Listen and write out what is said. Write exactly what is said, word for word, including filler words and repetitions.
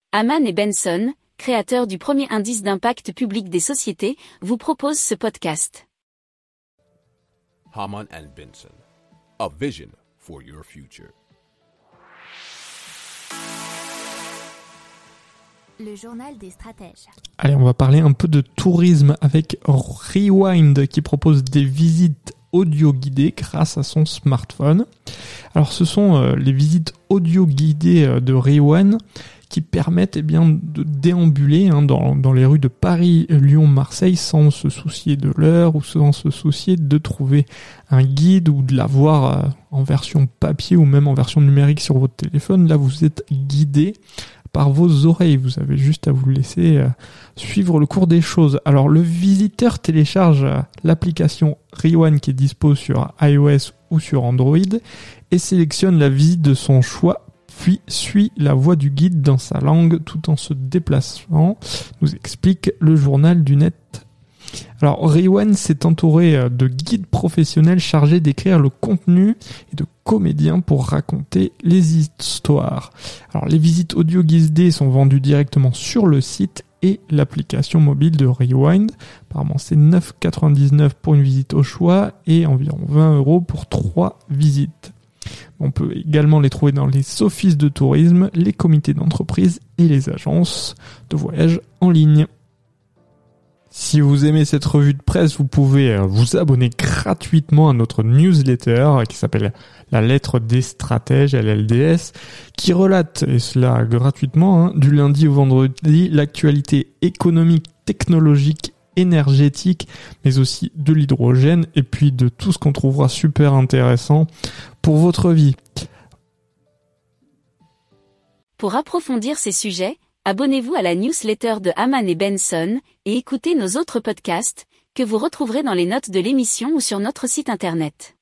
Hamann et Benson, créateurs du premier indice d'impact public des sociétés, vous proposent ce podcast. Hamann and Benson, a vision for your future. Le journal des stratèges. Allez, on va parler un peu de tourisme avec Rewind qui propose des visites audio guidées grâce à son smartphone. Alors ce sont euh, les visites audio guidées euh, de Rewind qui permettent eh bien, de déambuler hein, dans, dans les rues de Paris, Lyon, Marseille sans se soucier de l'heure ou sans se soucier de trouver un guide ou de l'avoir euh, en version papier ou même en version numérique sur votre téléphone. Là, vous êtes guidé par vos oreilles. Vous avez juste à vous laisser euh, suivre le cours des choses. Alors, le visiteur télécharge euh, l'application Rewind qui est dispo sur iOS ou sur Android et sélectionne la visite de son choix, puis suit la voix du guide dans sa langue tout en se déplaçant, nous explique le journal du net. Alors, Rewind s'est entouré de guides professionnels chargés d'écrire le contenu et de comédiens pour raconter les histoires. Alors, les visites audio guidées sont vendues directement sur le site et l'application mobile de Rewind. Apparemment, c'est neuf euros quatre-vingt-dix-neuf pour une visite au choix et environ vingt euros pour trois visites. On peut également les trouver dans les offices de tourisme, les comités d'entreprise et les agences de voyage en ligne. Si vous aimez cette revue de presse, vous pouvez vous abonner gratuitement à notre newsletter qui s'appelle La Lettre des Stratèges, L L D S, qui relate, et cela gratuitement, hein, du lundi au vendredi, l'actualité économique, technologique, énergétique, mais aussi de l'hydrogène et puis de tout ce qu'on trouvera super intéressant pour votre vie. Pour approfondir ces sujets, abonnez-vous à la newsletter de Hamann et Benson et écoutez nos autres podcasts que vous retrouverez dans les notes de l'émission ou sur notre site internet.